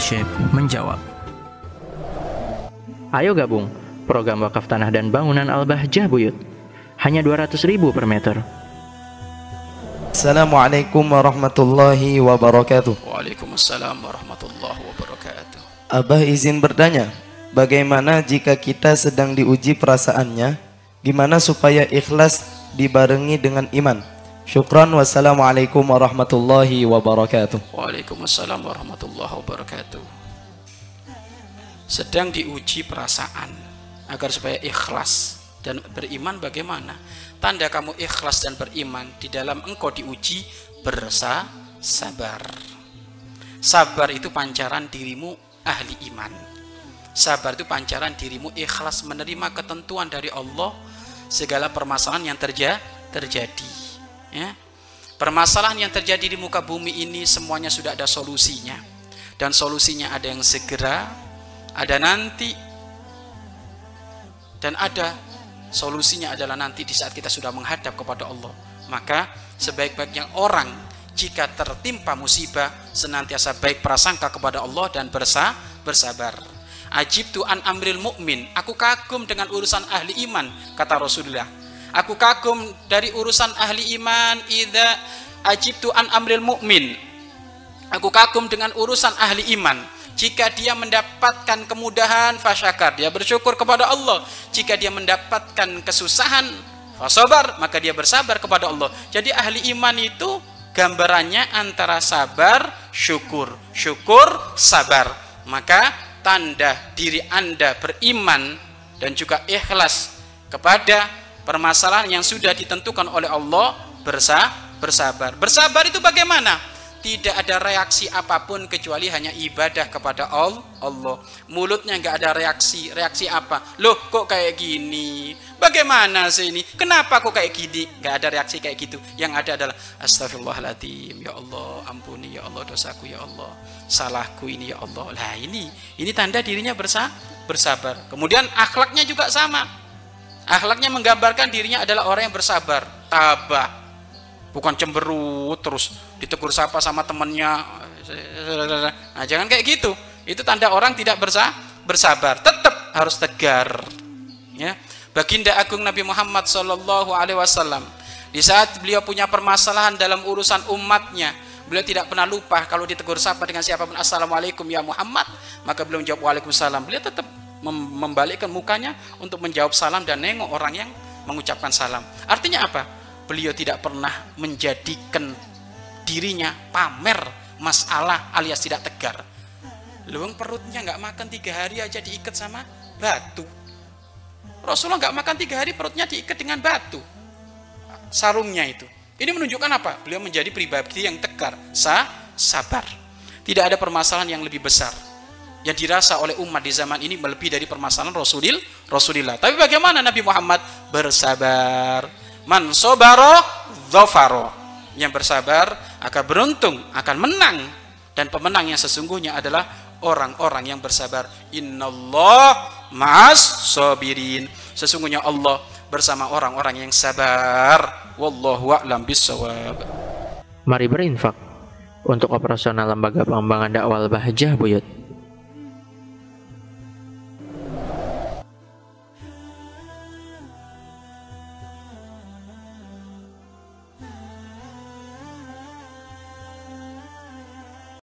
Syekh menjawab. Ayo gabung program wakaf tanah dan bangunan Al-Bahjah Buyut. Hanya 200.000 per meter. Assalamualaikum warahmatullahi wabarakatuh. Waalaikumsalam warahmatullahi wabarakatuh. Abah izin bertanya, bagaimana jika kita sedang diuji perasaannya? Gimana supaya ikhlas dibarengi dengan iman? Syukran, wassalamualaikum warahmatullahi wabarakatuh. Waalaikumsalam warahmatullahi wabarakatuh. Sedang diuji perasaan agar supaya ikhlas dan beriman bagaimana? Tanda kamu ikhlas dan beriman di dalam engkau diuji bersabar. Sabar itu pancaran dirimu ahli iman. Sabar itu pancaran dirimu ikhlas menerima ketentuan dari Allah segala permasalahan yang terjadi. Ya. Permasalahan yang terjadi di muka bumi ini semuanya sudah ada solusinya, dan solusinya ada yang segera, ada nanti, dan ada solusinya adalah nanti di saat kita sudah menghadap kepada Allah. Maka sebaik-baiknya orang jika tertimpa musibah senantiasa baik prasangka kepada Allah dan bersabar. Ajibtu an amril mu'min, aku kagum dengan urusan ahli iman, kata Rasulullah. Aku kagum dari urusan ahli iman. Idza ajibtu an amril mu'min, aku kagum dengan urusan ahli iman. Jika dia mendapatkan kemudahan, fasyakar, dia bersyukur kepada Allah. Jika dia mendapatkan kesusahan, fasabar, maka dia bersabar kepada Allah. Jadi ahli iman itu gambarannya antara sabar, syukur, syukur, sabar. Maka tanda diri Anda beriman dan juga ikhlas kepada permasalahan yang sudah ditentukan oleh Allah, bersabar. Bersabar itu bagaimana? Tidak ada reaksi apapun kecuali hanya ibadah kepada Allah. Mulutnya nggak ada reaksi. Reaksi apa? Loh, kok kayak gini? Bagaimana sih ini? Kenapa kok kayak gini? Nggak ada reaksi kayak gitu. Yang ada adalah astagfirullahaladzim, ya Allah, ampuni ya Allah dosaku ya Allah, salahku ini ya Allah. Lah ini tanda dirinya bersabar. Kemudian akhlaknya juga sama. Akhlaknya menggambarkan dirinya adalah orang yang bersabar, tabah, bukan cemberut terus ditegur sapa sama temannya. Nah, jangan kayak gitu. Itu tanda orang tidak bersabar. Tetap harus tegar. Ya. Baginda Agung Nabi Muhammad SAW, di saat beliau punya permasalahan dalam urusan umatnya, beliau tidak pernah lupa kalau ditegur sapa dengan siapapun, assalamualaikum ya Muhammad, maka beliau menjawab waalaikumsalam. Beliau tetap membalikkan mukanya untuk menjawab salam dan nengok orang yang mengucapkan salam. Artinya apa? Beliau tidak pernah menjadikan dirinya pamer masalah alias tidak tegar. Luang perutnya nggak makan 3 hari aja diikat sama batu. Rasulullah nggak makan 3 hari perutnya diikat dengan batu, sarungnya itu. Ini menunjukkan apa? Beliau menjadi pribadi yang tegar, sabar. Tidak ada permasalahan yang lebih besar yang dirasa oleh umat di zaman ini melebihi dari permasalahan Rasulullah. Tapi bagaimana Nabi Muhammad? Bersabar. Man sobaro dhafaro. Yang bersabar akan beruntung, akan menang. Dan pemenang yang sesungguhnya adalah orang-orang yang bersabar. Innallah ma'as sabirin. Sesungguhnya Allah bersama orang-orang yang sabar. Wallahu a'lam bissawab. Mari berinfak untuk operasional lembaga pengembangan dakwah Al-Bahjah Buyut.